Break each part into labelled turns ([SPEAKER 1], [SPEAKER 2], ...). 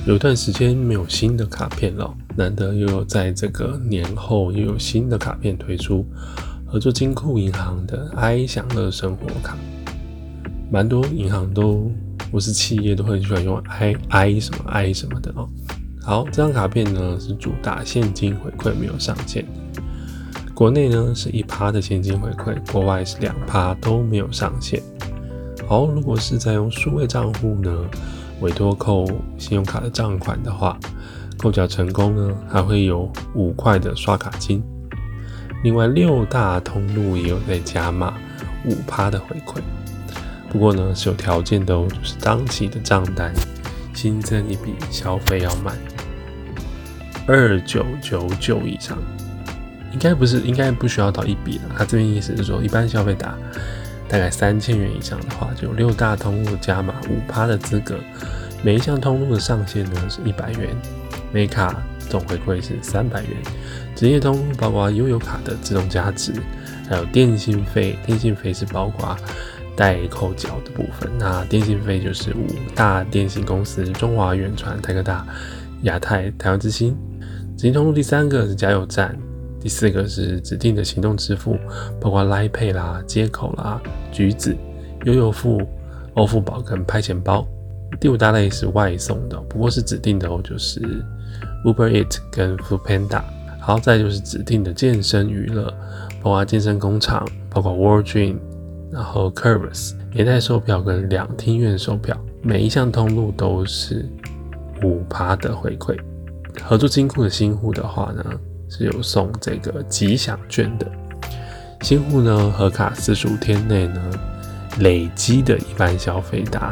[SPEAKER 1] 有一段时间没有新的卡片了，难得又有在这个年后又有新的卡片推出，合作金库银行的 i 享乐生活卡，蛮多银行都或是企业都很喜欢用 i 什么 i 什么的哦。好，这张卡片呢是主打现金回馈，没有上限。国内呢是1%的现金回馈，国外是2%，都没有上限。好，如果是在用数位账户呢，委托扣信用卡的账款的话，扣缴成功呢，还会有5块的刷卡金。另外6大通路也有在加码5%的回馈，不过呢是有条件的哦，就是当期的账单新增一笔消费要满2999以上，应该不需要到1笔了。他这边意思是说，一般消费大概3000元以上的话，就有6大通路加码5%的资格。每一项通路的上限呢是100元，每卡总回馈是300元。职业通路包括悠游卡的自动加值，还有电信费。电信费是包括代扣缴的部分。那电信费就是5大电信公司：中华、远传、台科大、亚太、台湾之星。职业通路第3个是加油站，第4个是指定的行动支付，包括 Line Pay 啦、街口啦、橘子、悠游付、欧付宝跟拍钱包。第5大类是外送的，不过是指定的哦，就是 Uber Eats 跟 Foodpanda。好，再来就是指定的健身娱乐，包括健身工厂，包括 World Gym， 然后 Curves 连带售票跟2厅院售票，每一项通路都是5%的回馈。合作金库的新户的话呢，是有送这个吉祥券的。新户呢，核卡45天内呢，累积的一般消费达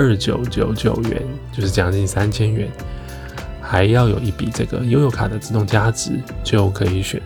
[SPEAKER 1] 2999元，就是将近3000元，还要有一笔这个悠游卡的自动加值，就可以选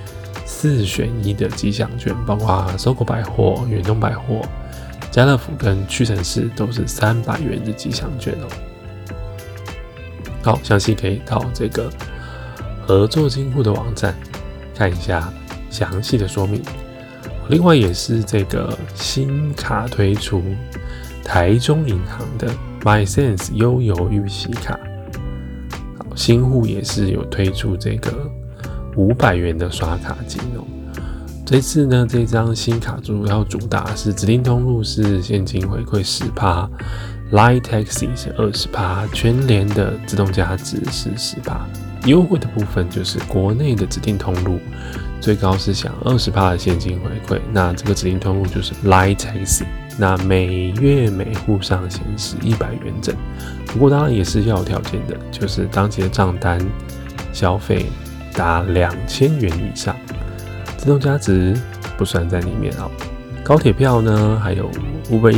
[SPEAKER 1] 4选1的吉祥券，包括搜狗百货、远东百货、家乐福跟屈臣氏都是300元的吉祥券哦。好，详细可以到这个合作金库的网站看一下详细的说明。另外也是这个新卡推出，台中银行的 MySense 悠游预习卡，好，新户也是有推出这个500元的刷卡金哦。这次呢，这张新卡主要主打是指定通路是现金回馈10%。Line Taxi 是20%，全联的自动加值是10%。优惠的部分就是国内的指定通路最高是享20%的现金回馈，那这个指定通路就是 Line Taxi， 那每月每户上限是100元整，不过当然也是要有条件的，就是当期的账单消费达2000元以上，自动加值不算在里面哦。高铁票呢，还有 Uber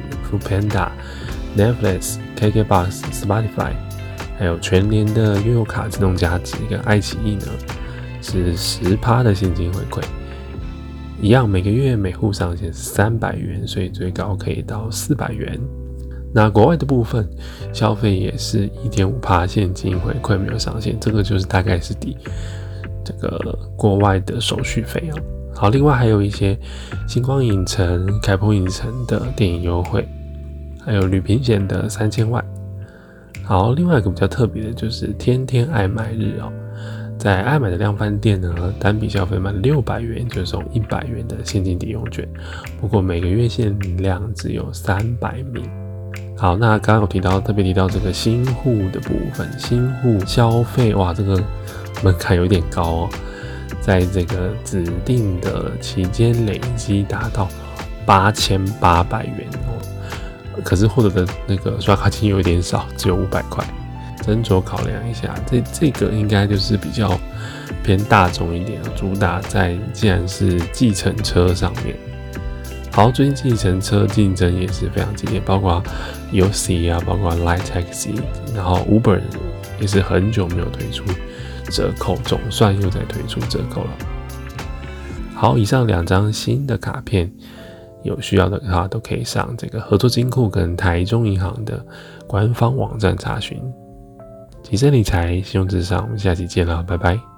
[SPEAKER 1] Eats、Foodpanda、Netflix、KKBOX、Spotify， 还有全联的悠游卡自动加值跟爱奇艺呢，是10%的现金回馈，一样每个月每户上限是300元，所以最高可以到400元。那国外的部分消费也是 1.5% 现金回馈，没有上限，这个就是大概是抵这个国外的手续费哦。好，另外还有一些星光影城、凯博影城的电影优惠，还有旅平险的3000万。好，另外一个比较特别的就是天天爱买日哦，在爱买的量贩店呢，单笔消费满600元就送100元的现金抵用券，不过每个月限量只有300名。好，那刚刚有特别提到这个新户的部分，新户消费哇，这个门槛有点高哦，在这个指定的期间累积达到8800元哦，可是获得的那个刷卡金有一点少，只有500块，斟酌考量一下。这个应该就是比较偏大众一点，主打在既然是计程车上面。好，最近计程车竞争也是非常激烈，包括 UC 啊，包括 Line Taxi， 然后 Uber 也是很久没有推出折扣，总算又在推出折扣了。好，以上2张新的卡片，有需要的话都可以上这个合作金库跟台中银行的官方网站查询。谨慎理财，信用至上，我们下期见啦，拜拜。